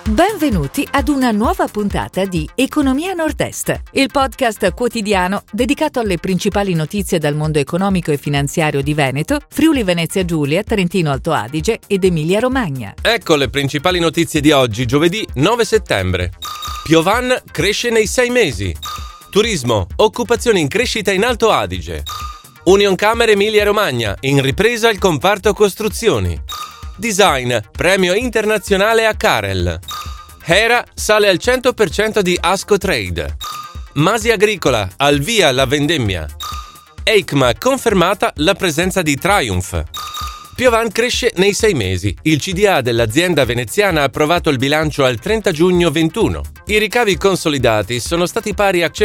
Benvenuti ad una nuova puntata di Economia Nord-Est, il podcast quotidiano dedicato alle principali notizie dal mondo economico e finanziario di Veneto, Friuli Venezia Giulia, Trentino Alto Adige ed Emilia Romagna. Ecco le principali notizie di oggi, giovedì 9 settembre. Piovan cresce nei 6 mesi. Turismo, occupazione in crescita in Alto Adige. Unioncamere Emilia Romagna, in ripresa il comparto costruzioni. Design, premio internazionale a Carel. Hera sale al 100% di Ascotrade. Masi Agricola, al via la vendemmia. EICMA confermata la presenza di Triumph. Piovan cresce nei 6 mesi. Il CDA dell'azienda veneziana ha approvato il bilancio al 30 giugno 21. I ricavi consolidati sono stati pari a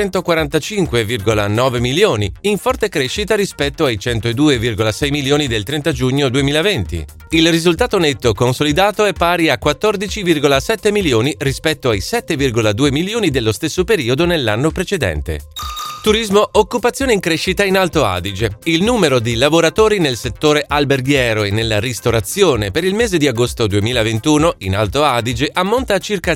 145,9 milioni, in forte crescita rispetto ai 102,6 milioni del 30 giugno 2020. Il risultato netto consolidato è pari a 14,7 milioni rispetto ai 7,2 milioni dello stesso periodo nell'anno precedente. Turismo, occupazione in crescita in Alto Adige. Il numero di lavoratori nel settore alberghiero e nella ristorazione per il mese di agosto 2021 in Alto Adige ammonta a circa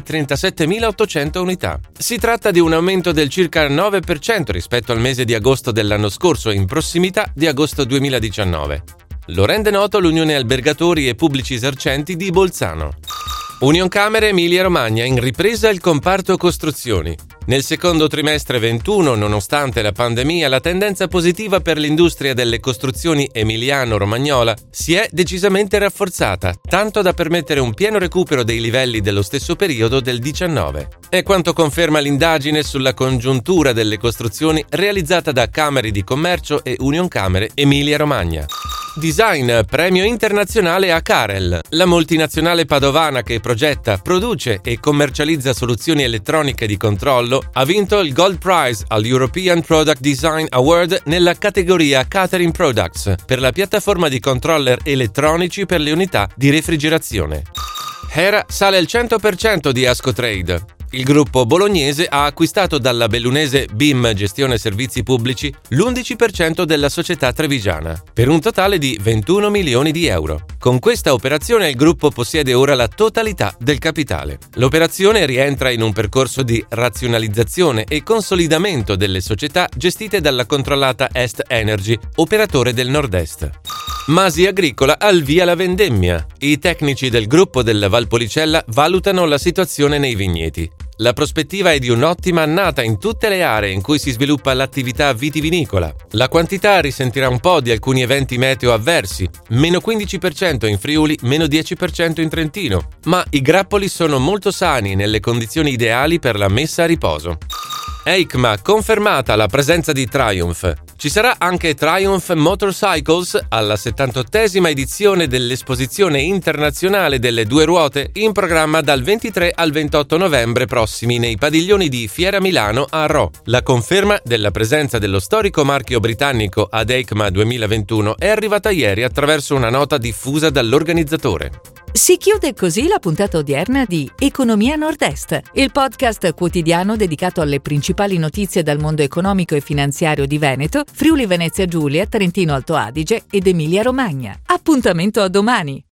37.800 unità. Si tratta di un aumento del circa 9% rispetto al mese di agosto dell'anno scorso, in prossimità di agosto 2019. Lo rende noto l'Unione Albergatori e Pubblici Esercenti di Bolzano. Unioncamere Emilia Romagna, in ripresa il comparto costruzioni. Nel secondo trimestre 21, nonostante la pandemia, la tendenza positiva per l'industria delle costruzioni emiliano-romagnola si è decisamente rafforzata, tanto da permettere un pieno recupero dei livelli dello stesso periodo del 19. È quanto conferma l'indagine sulla congiuntura delle costruzioni realizzata da Camere di Commercio e Unioncamere Emilia Romagna. Design, premio internazionale a Carel. La multinazionale padovana che progetta, produce e commercializza soluzioni elettroniche di controllo ha vinto il Gold Prize all'European Product Design Award nella categoria Catering Products per la piattaforma di controller elettronici per le unità di refrigerazione. Hera sale al 100% di Ascotrade. Il gruppo bolognese ha acquistato dalla bellunese BIM Gestione Servizi Pubblici l'11% della società trevigiana, per un totale di 21 milioni di euro. Con questa operazione il gruppo possiede ora la totalità del capitale. L'operazione rientra in un percorso di razionalizzazione e consolidamento delle società gestite dalla controllata Est Energy, operatore del Nord-Est. Masi Agricola al via la vendemmia. I tecnici del gruppo della Valpolicella valutano la situazione nei vigneti. La prospettiva è di un'ottima annata in tutte le aree in cui si sviluppa l'attività vitivinicola. La quantità risentirà un po' di alcuni eventi meteo avversi, meno 15% in Friuli, meno 10% in Trentino, ma i grappoli sono molto sani nelle condizioni ideali per la messa a riposo. EICMA confermata la presenza di Triumph. Ci sarà anche Triumph Motorcycles alla 78esima edizione dell'Esposizione Internazionale delle Due Ruote, in programma dal 23 al 28 novembre prossimi nei padiglioni di Fiera Milano a Rho. La conferma della presenza dello storico marchio britannico ad EICMA 2021 è arrivata ieri attraverso una nota diffusa dall'organizzatore. Si chiude così la puntata odierna di Economia Nord-Est, il podcast quotidiano dedicato alle principali notizie dal mondo economico e finanziario di Veneto, Friuli Venezia Giulia, Trentino Alto Adige ed Emilia Romagna. Appuntamento a domani!